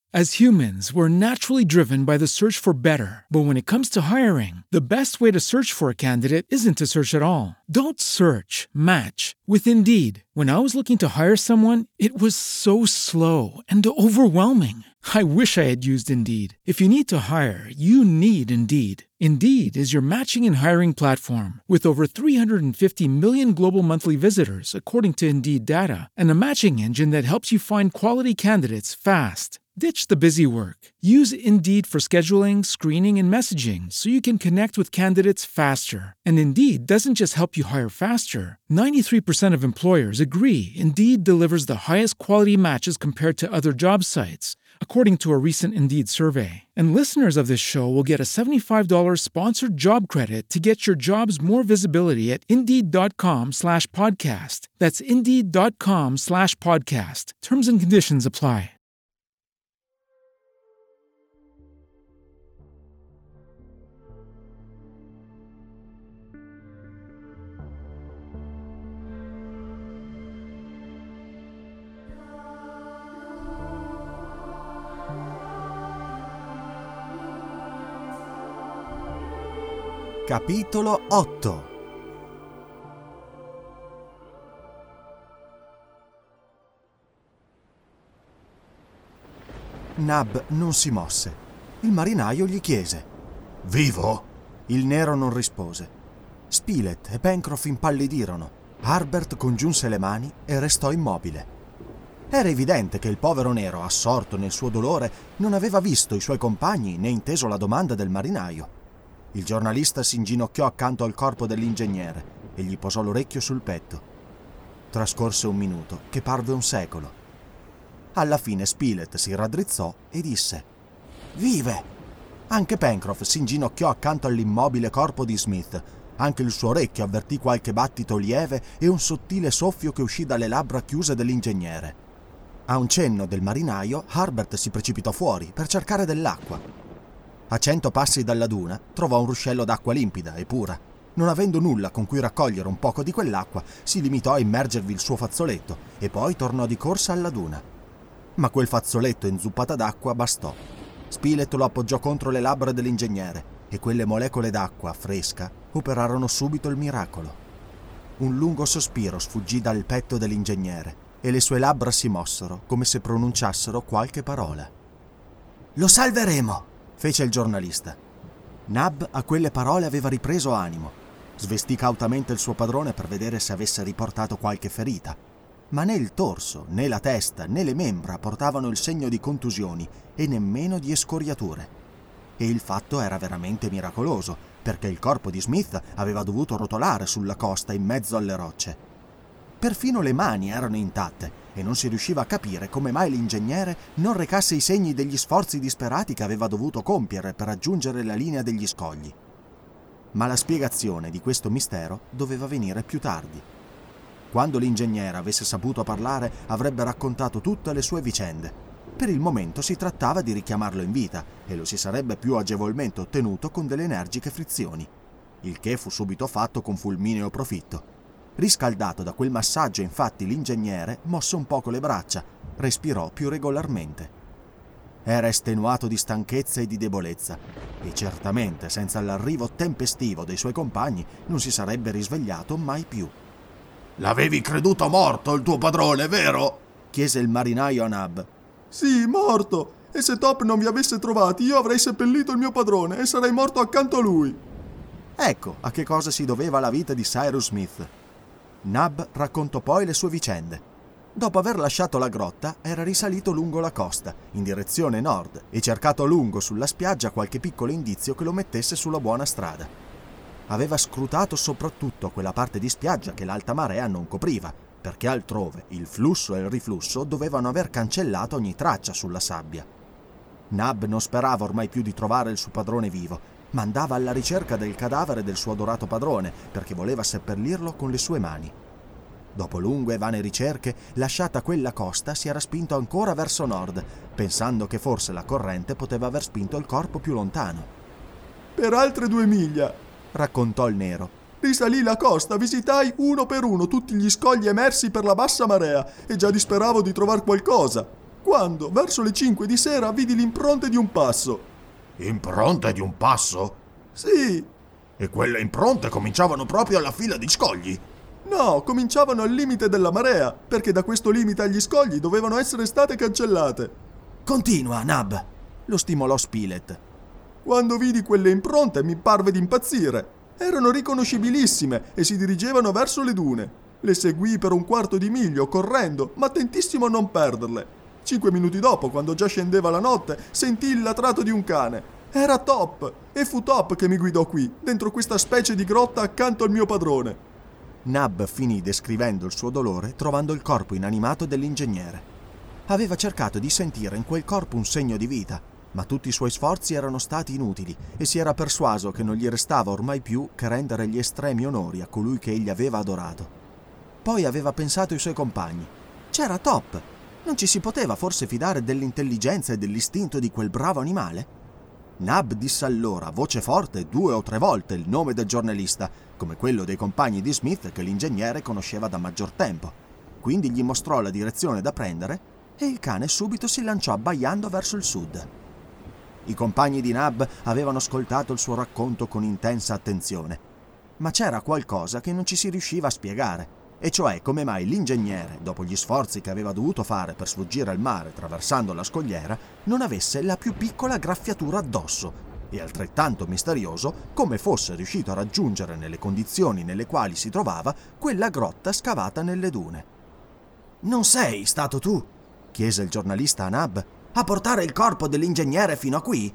As humans, we're naturally driven by the search for better. But when it comes to hiring, the best way to search for a candidate isn't to search at all. Don't search, match with Indeed. When I was looking to hire someone, it was so slow and overwhelming. I wish I had used Indeed. If you need to hire, you need Indeed. Indeed is your matching and hiring platform with over 350 million global monthly visitors, according to Indeed data, and a matching engine that helps you find quality candidates fast. Ditch the busy work. Use Indeed for scheduling, screening, and messaging so you can connect with candidates faster. And Indeed doesn't just help you hire faster. 93% of employers agree Indeed delivers the highest quality matches compared to other job sites, according to a recent Indeed survey. And listeners of this show will get a $75 sponsored job credit to get your jobs more visibility at Indeed.com/podcast. That's Indeed.com/podcast. Terms and conditions apply. Capitolo 8. Nab non si mosse. Il marinaio gli chiese: «Vivo?» Il nero non rispose. Spilett e Pencroff impallidirono. Harbert congiunse le mani e restò immobile. Era evidente che il povero nero, assorto nel suo dolore, non aveva visto i suoi compagni né inteso la domanda del marinaio. Il giornalista si inginocchiò accanto al corpo dell'ingegnere e gli posò l'orecchio sul petto. Trascorse un minuto che parve un secolo. Alla fine Spilett si raddrizzò e disse: «Vive!» Anche Pencroff si inginocchiò accanto all'immobile corpo di Smith. Anche il suo orecchio avvertì qualche battito lieve e un sottile soffio che uscì dalle labbra chiuse dell'ingegnere. A un cenno del marinaio, Harbert si precipitò fuori per cercare dell'acqua. A 100 passi dalla duna trovò un ruscello d'acqua limpida e pura. Non avendo nulla con cui raccogliere un poco di quell'acqua, si limitò a immergervi il suo fazzoletto e poi tornò di corsa alla duna. Ma quel fazzoletto in zuppata d'acqua bastò. Spilett lo appoggiò contro le labbra dell'ingegnere e quelle molecole d'acqua fresca operarono subito il miracolo. Un lungo sospiro sfuggì dal petto dell'ingegnere e le sue labbra si mossero come se pronunciassero qualche parola. «Lo salveremo!» fece il giornalista. Nab a quelle parole aveva ripreso animo. Svestì cautamente il suo padrone per vedere se avesse riportato qualche ferita, ma né il torso, né la testa, né le membra portavano il segno di contusioni e nemmeno di escoriature. E il fatto era veramente miracoloso, perché il corpo di Smith aveva dovuto rotolare sulla costa in mezzo alle rocce. Perfino le mani erano intatte e non si riusciva a capire come mai l'ingegnere non recasse i segni degli sforzi disperati che aveva dovuto compiere per raggiungere la linea degli scogli. Ma la spiegazione di questo mistero doveva venire più tardi. Quando l'ingegnere avesse saputo parlare, avrebbe raccontato tutte le sue vicende. Per il momento si trattava di richiamarlo in vita e lo si sarebbe più agevolmente ottenuto con delle energiche frizioni, il che fu subito fatto con fulmineo profitto. Riscaldato da quel massaggio, infatti, l'ingegnere mosse un poco le braccia, respirò più regolarmente. Era estenuato di stanchezza e di debolezza, e certamente senza l'arrivo tempestivo dei suoi compagni non si sarebbe risvegliato mai più. «L'avevi creduto morto il tuo padrone, vero?» chiese il marinaio a Nab. «Sì, morto! E se Top non vi avesse trovati, io avrei seppellito il mio padrone e sarei morto accanto a lui!» Ecco a che cosa si doveva la vita di Cyrus Smith. Nab raccontò poi le sue vicende. Dopo aver lasciato la grotta, era risalito lungo la costa, in direzione nord, e cercato a lungo sulla spiaggia qualche piccolo indizio che lo mettesse sulla buona strada. Aveva scrutato soprattutto quella parte di spiaggia che l'alta marea non copriva, perché altrove il flusso e il riflusso dovevano aver cancellato ogni traccia sulla sabbia. Nab non sperava ormai più di trovare il suo padrone vivo, ma andava alla ricerca del cadavere del suo adorato padrone perché voleva seppellirlo con le sue mani. Dopo lunghe e vane ricerche, lasciata quella costa, si era spinto ancora verso nord, pensando che forse la corrente poteva aver spinto il corpo più lontano. «Per altre 2 miglia», raccontò il nero. «Risalì la costa, visitai uno per uno tutti gli scogli emersi per la bassa marea e già disperavo di trovar qualcosa, quando, verso le 5 di sera, vidi l'impronte di un passo. Impronte di un passo? Sì. E quelle impronte cominciavano proprio alla fila di scogli? No, cominciavano al limite della marea, perché da questo limite agli scogli dovevano essere state cancellate. Continua, Nab, lo stimolò Spilett. Quando vidi quelle impronte mi parve di impazzire. Erano riconoscibilissime e si dirigevano verso le dune. Le seguii per un quarto di miglio, correndo, ma attentissimo a non perderle. 5 minuti dopo, quando già scendeva la notte, sentii il latrato di un cane. Era Top, e fu Top che mi guidò qui, dentro questa specie di grotta accanto al mio padrone. Nab finì descrivendo il suo dolore trovando il corpo inanimato dell'ingegnere. Aveva cercato di sentire in quel corpo un segno di vita, ma tutti i suoi sforzi erano stati inutili e si era persuaso che non gli restava ormai più che rendere gli estremi onori a colui che egli aveva adorato. Poi aveva pensato ai suoi compagni. C'era Top. Non ci si poteva forse fidare dell'intelligenza e dell'istinto di quel bravo animale? Nab disse allora a voce forte 2 o 3 volte il nome del giornalista, come quello dei compagni di Smith che l'ingegnere conosceva da maggior tempo. Quindi gli mostrò la direzione da prendere e il cane subito si lanciò abbaiando verso il sud. I compagni di Nab avevano ascoltato il suo racconto con intensa attenzione, ma c'era qualcosa che non ci si riusciva a spiegare, e cioè come mai l'ingegnere, dopo gli sforzi che aveva dovuto fare per sfuggire al mare attraversando la scogliera, non avesse la più piccola graffiatura addosso, e altrettanto misterioso come fosse riuscito a raggiungere nelle condizioni nelle quali si trovava quella grotta scavata nelle dune. «Non sei stato tu?» chiese il giornalista a Nab. «A portare il corpo dell'ingegnere fino a qui?»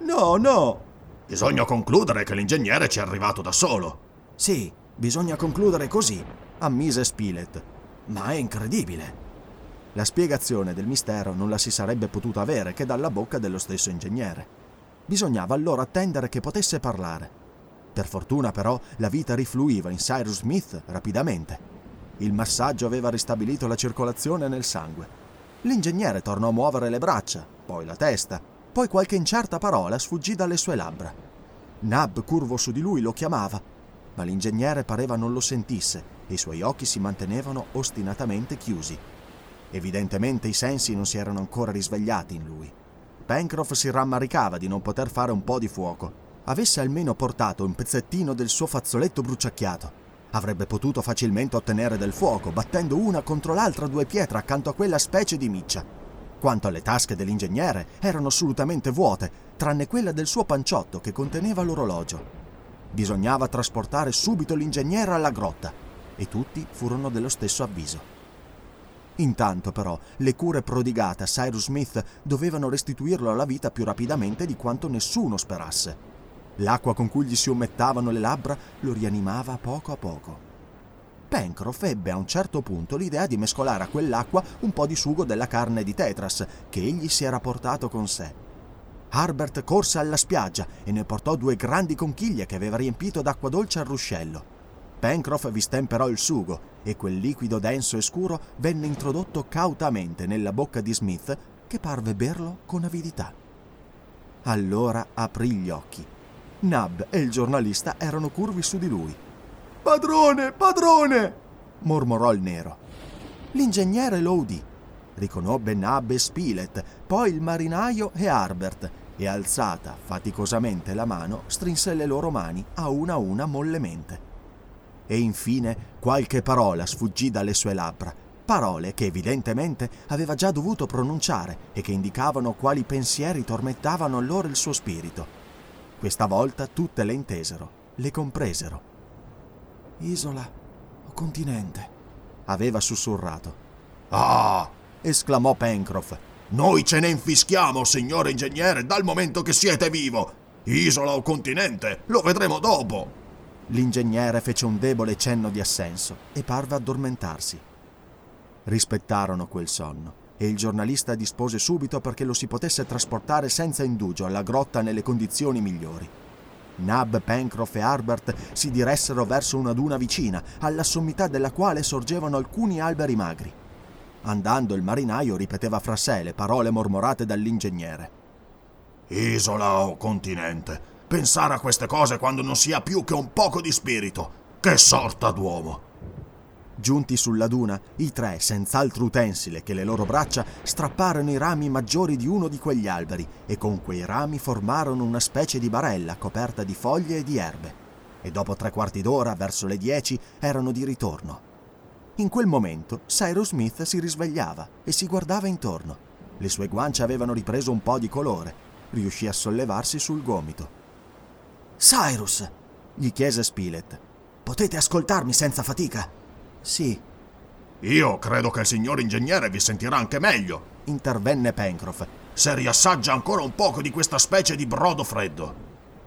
No. «Bisogna concludere che l'ingegnere ci è arrivato da solo». «Sì, bisogna concludere così», ammise Spilett. «Ma è incredibile». La spiegazione del mistero non la si sarebbe potuta avere che dalla bocca dello stesso ingegnere. Bisognava allora attendere che potesse parlare. Per fortuna però la vita rifluiva in Cyrus Smith rapidamente. Il massaggio aveva ristabilito la circolazione nel sangue. L'ingegnere tornò a muovere le braccia, poi la testa, poi qualche incerta parola sfuggì dalle sue labbra. Nab, curvo su di lui, lo chiamava, ma l'ingegnere pareva non lo sentisse e i suoi occhi si mantenevano ostinatamente chiusi. Evidentemente i sensi non si erano ancora risvegliati in lui. Pencroff si rammaricava di non poter fare un po' di fuoco. Avesse almeno portato un pezzettino del suo fazzoletto bruciacchiato. Avrebbe potuto facilmente ottenere del fuoco, battendo una contro l'altra 2 pietre accanto a quella specie di miccia. Quanto alle tasche dell'ingegnere, erano assolutamente vuote, tranne quella del suo panciotto che conteneva l'orologio. Bisognava trasportare subito l'ingegnere alla grotta, e tutti furono dello stesso avviso. Intanto, però, le cure prodigate a Cyrus Smith dovevano restituirlo alla vita più rapidamente di quanto nessuno sperasse. L'acqua con cui gli si umettavano le labbra lo rianimava a poco. Pencroff ebbe a un certo punto l'idea di mescolare a quell'acqua un po' di sugo della carne di tetras che egli si era portato con sé. Harbert corse alla spiaggia e ne portò 2 grandi conchiglie che aveva riempito d'acqua dolce al ruscello. Pencroff vi stemperò il sugo e quel liquido denso e scuro venne introdotto cautamente nella bocca di Smith, che parve berlo con avidità. Allora aprì gli occhi. Nab e il giornalista erano curvi su di lui. Padrone! Mormorò il nero. L'ingegnere lo udì. Riconobbe Nab e Spilett, poi il marinaio e Harbert, e alzata faticosamente la mano strinse le loro mani a una mollemente. E infine qualche parola sfuggì dalle sue labbra, parole che evidentemente aveva già dovuto pronunciare e che indicavano quali pensieri tormentavano allora il suo spirito. Questa volta tutte le intesero, le compresero. «Isola o continente?» aveva sussurrato. «Ah!» esclamò Pencroff. «Noi ce ne infischiamo, signore ingegnere, dal momento che siete vivo! Isola o continente, lo vedremo dopo!» L'ingegnere fece un debole cenno di assenso e parve addormentarsi. Rispettarono quel sonno e il giornalista dispose subito perché lo si potesse trasportare senza indugio alla grotta nelle condizioni migliori. Nab, Pencroff e Harbert si diressero verso una duna vicina, alla sommità della quale sorgevano alcuni alberi magri. Andando, il marinaio ripeteva fra sé le parole mormorate dall'ingegnere. «Isola o continente? Pensare a queste cose quando non si ha più che un poco di spirito! Che sorta d'uomo!» Giunti sulla duna, i tre, senz'altro utensile che le loro braccia, strapparono i rami maggiori di uno di quegli alberi e con quei rami formarono una specie di barella coperta di foglie e di erbe. E dopo 3/4 d'ora, verso le 10, erano di ritorno. In quel momento Cyrus Smith si risvegliava e si guardava intorno. Le sue guance avevano ripreso un po' di colore. Riuscì a sollevarsi sul gomito. «Cyrus!» gli chiese Spilett. «Potete ascoltarmi senza fatica?» «Sì». «Io credo che il signor ingegnere vi sentirà anche meglio», intervenne Pencroff, «se riassaggia ancora un poco di questa specie di brodo freddo».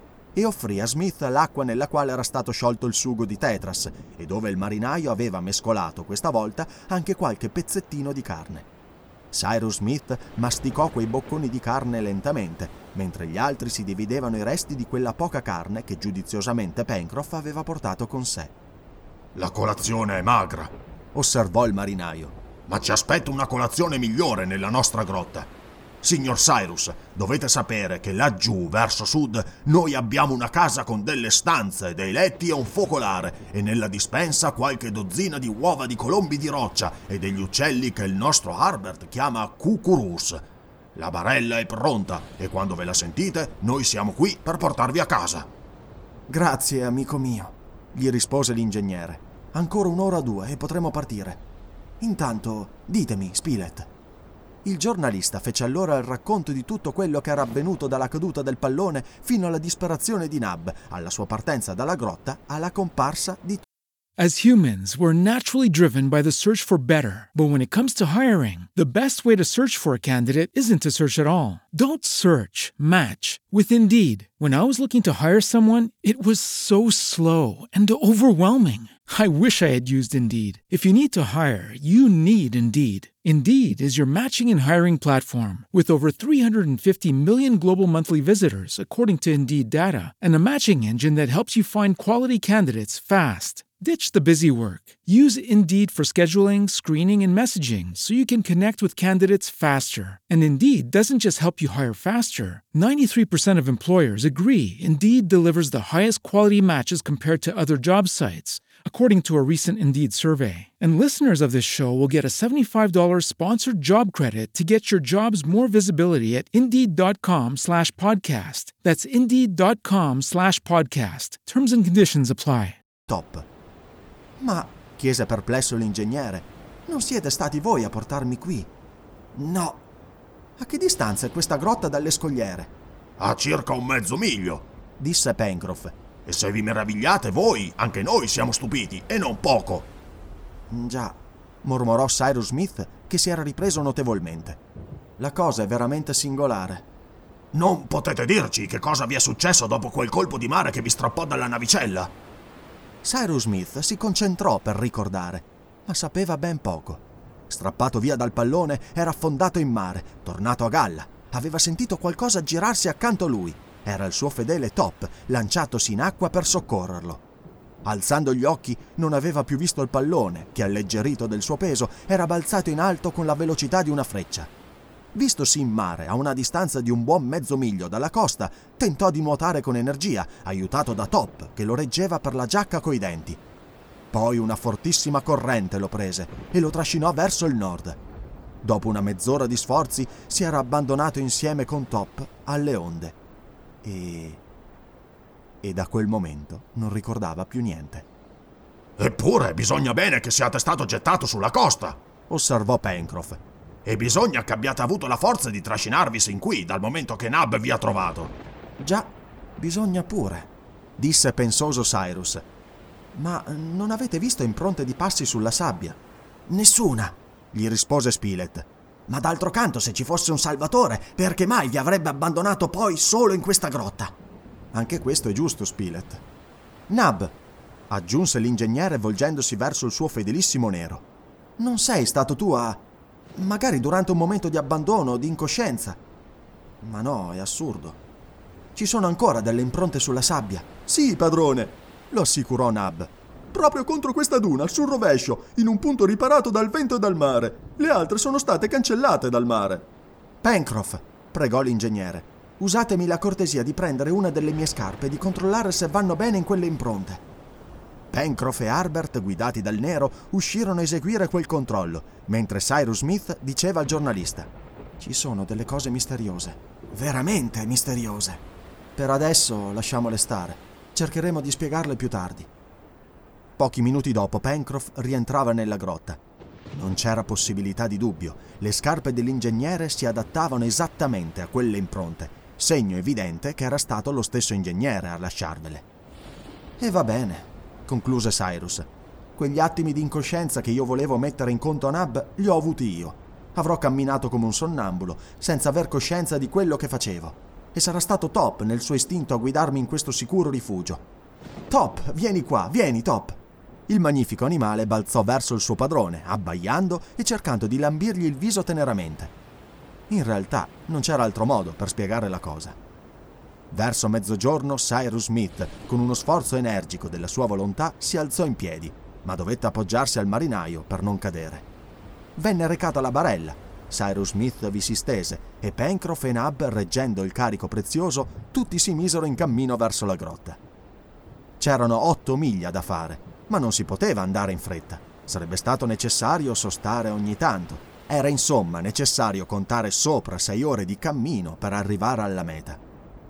E offrì a Smith l'acqua nella quale era stato sciolto il sugo di tetras e dove il marinaio aveva mescolato questa volta anche qualche pezzettino di carne. Cyrus Smith masticò quei bocconi di carne lentamente, mentre gli altri si dividevano i resti di quella poca carne che giudiziosamente Pencroff aveva portato con sé. «La colazione è magra», osservò il marinaio. «ma ci aspetta una colazione migliore nella nostra grotta. Signor Cyrus, dovete sapere che laggiù, verso sud, noi abbiamo una casa con delle stanze, dei letti e un focolare, e nella dispensa qualche dozzina di uova di colombi di roccia e degli uccelli che il nostro Harbert chiama cucurus. La barella è pronta e quando ve la sentite, noi siamo qui per portarvi a casa». «Grazie, amico mio», gli rispose l'ingegnere. «Ancora 1 ora o 2 e potremo partire. Intanto, ditemi, Spilett». Il giornalista fece allora il racconto di tutto quello che era avvenuto dalla caduta del pallone fino alla disperazione di Nab, alla sua partenza dalla grotta, alla comparsa di As humans, we're naturally driven by the search for better. But when it comes to hiring, the best way to search for a candidate isn't to search at all. Don't search, match with Indeed. When I was looking to hire someone, it was so slow and overwhelming. I wish I had used Indeed. If you need to hire, you need Indeed. Indeed is your matching and hiring platform with over 350 million global monthly visitors, according to Indeed data, and a matching engine that helps you find quality candidates fast. Ditch the busy work. Use Indeed for scheduling, screening, and messaging so you can connect with candidates faster. And Indeed doesn't just help you hire faster. 93% of employers agree Indeed delivers the highest quality matches compared to other job sites, according to a recent Indeed survey. And listeners of this show will get a $75 sponsored job credit to get your jobs more visibility at Indeed.com/podcast. That's Indeed.com/podcast. Terms and conditions apply. top. «Ma», chiese perplesso l'ingegnere, «non siete stati voi a portarmi qui?» «No». «A che distanza è questa grotta dalle scogliere?» «A circa 1/2 miglio», disse Pencroff. «e se vi meravigliate voi, anche noi siamo stupiti, e non poco». «Già», mormorò Cyrus Smith, che si era ripreso notevolmente. «La cosa è veramente singolare». «Non potete dirci che cosa vi è successo dopo quel colpo di mare che vi strappò dalla navicella?» Cyrus Smith si concentrò per ricordare, ma sapeva ben poco. Strappato via dal pallone, era affondato in mare, tornato a galla. Aveva sentito qualcosa girarsi accanto a lui. Era il suo fedele Top, lanciatosi in acqua per soccorrerlo. Alzando gli occhi, non aveva più visto il pallone, che, alleggerito del suo peso, era balzato in alto con la velocità di una freccia. Vistosi in mare, a una distanza di un buon 1/2 miglio dalla costa, tentò di nuotare con energia, aiutato da Top, che lo reggeva per la giacca coi denti. Poi una fortissima corrente lo prese e lo trascinò verso il nord. Dopo una mezz'ora di sforzi, si era abbandonato insieme con Top alle onde. E da quel momento non ricordava più niente. «Eppure bisogna bene che siate stato gettato sulla costa», osservò Pencroff. «e bisogna che abbiate avuto la forza di trascinarvi sin qui dal momento che Nab vi ha trovato». «Già, bisogna pure», disse pensoso Cyrus. «Ma non avete visto impronte di passi sulla sabbia?» «Nessuna», gli rispose Spilett. «Ma d'altro canto, se ci fosse un salvatore, perché mai vi avrebbe abbandonato poi solo in questa grotta?» «Anche questo è giusto, Spilett». «Nab», aggiunse l'ingegnere volgendosi verso il suo fedelissimo Nero, «non sei stato tu a... magari durante un momento di abbandono o di incoscienza?» «Ma no, è assurdo. Ci sono ancora delle impronte sulla sabbia». «Sì, padrone», lo assicurò Nab. «Proprio contro questa duna, sul rovescio, in un punto riparato dal vento e dal mare. Le altre sono state cancellate dal mare». «Pencroff», pregò l'ingegnere, «usatemi la cortesia di prendere una delle mie scarpe e di controllare se vanno bene in quelle impronte». Pencroff e Harbert, guidati dal nero, uscirono a eseguire quel controllo, mentre Cyrus Smith diceva al giornalista: «Ci sono delle cose misteriose, veramente misteriose. Per adesso lasciamole stare, cercheremo di spiegarle più tardi». Pochi minuti dopo Pencroff rientrava nella grotta. Non c'era possibilità di dubbio, le scarpe dell'ingegnere si adattavano esattamente a quelle impronte, segno evidente che era stato lo stesso ingegnere a lasciarvele. «E va bene», concluse Cyrus. «Quegli attimi di incoscienza che io volevo mettere in conto a Nab li ho avuti io. Avrò camminato come un sonnambulo, senza aver coscienza di quello che facevo. E sarà stato Top nel suo istinto a guidarmi in questo sicuro rifugio. Top, vieni qua, vieni Top!» Il magnifico animale balzò verso il suo padrone, abbaiando e cercando di lambirgli il viso teneramente. In realtà non c'era altro modo per spiegare la cosa. Verso mezzogiorno Cyrus Smith, con uno sforzo energico della sua volontà, si alzò in piedi, ma dovette appoggiarsi al marinaio per non cadere. Venne recata la barella. Cyrus Smith vi si stese e Pencroff e Nab, reggendo il carico prezioso, tutti si misero in cammino verso la grotta. C'erano 8 miglia da fare, ma non si poteva andare in fretta. Sarebbe stato necessario sostare ogni tanto. Era insomma necessario contare sopra 6 ore di cammino per arrivare alla meta.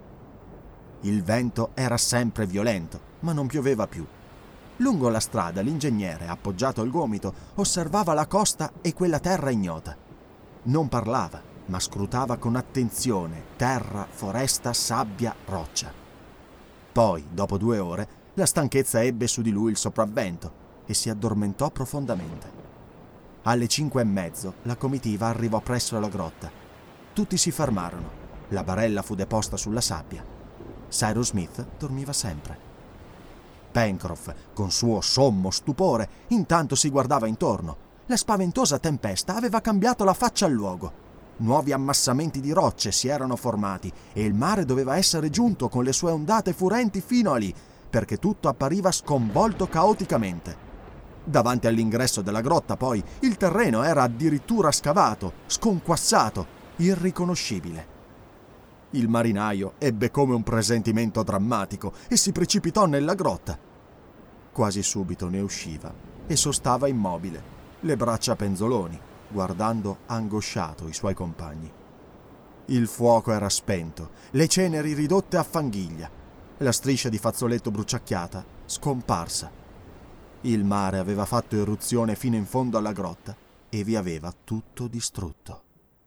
Il vento era sempre violento, ma non pioveva più. Lungo la strada l'ingegnere, appoggiato al gomito, osservava la costa e quella terra ignota. Non parlava, ma scrutava con attenzione terra, foresta, sabbia, roccia. Poi, dopo 2 ore, la stanchezza ebbe su di lui il sopravvento e si addormentò profondamente. Alle 5:30 la comitiva arrivò presso la grotta. Tutti si fermarono. La barella fu deposta sulla sabbia. Cyrus Smith dormiva sempre. Pencroff, con suo sommo stupore, intanto si guardava intorno. La spaventosa tempesta aveva cambiato la faccia al luogo. Nuovi ammassamenti di rocce si erano formati e il mare doveva essere giunto con le sue ondate furenti fino a lì, perché tutto appariva sconvolto caoticamente. Davanti all'ingresso della grotta, poi, il terreno era addirittura scavato, sconquassato, irriconoscibile. Il marinaio ebbe come un presentimento drammatico e si precipitò nella grotta. Quasi subito ne usciva e sostava immobile, le braccia a penzoloni, guardando angosciato i suoi compagni. Il fuoco era spento, le ceneri ridotte a fanghiglia, la striscia di fazzoletto bruciacchiata scomparsa. Il mare aveva fatto eruzione fino in fondo alla grotta e vi aveva tutto distrutto.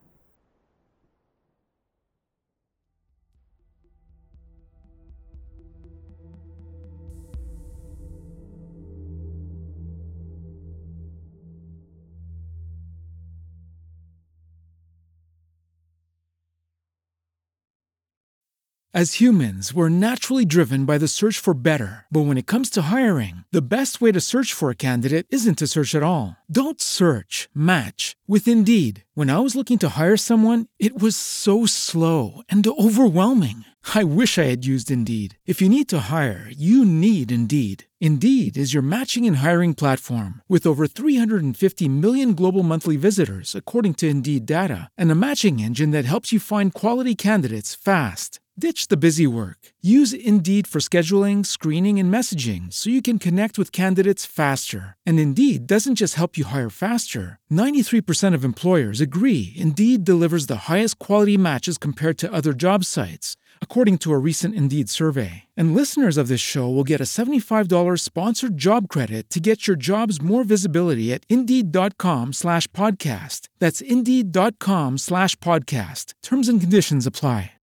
As humans, we're naturally driven by the search for better. But when it comes to hiring, the best way to search for a candidate isn't to search at all. Don't search, match with Indeed. When I was looking to hire someone, it was so slow and overwhelming. I wish I had used Indeed. If you need to hire, you need Indeed. Indeed is your matching and hiring platform with over 350 million global monthly visitors, according to Indeed data, and a matching engine that helps you find quality candidates fast. Ditch the busy work. Use Indeed for scheduling, screening, and messaging so you can connect with candidates faster. And Indeed doesn't just help you hire faster. 93% of employers agree Indeed delivers the highest quality matches compared to other job sites, according to a recent Indeed survey. And listeners of this show will get a $75 sponsored job credit to get your jobs more visibility at Indeed.com/podcast. That's Indeed.com/podcast. Terms and conditions apply.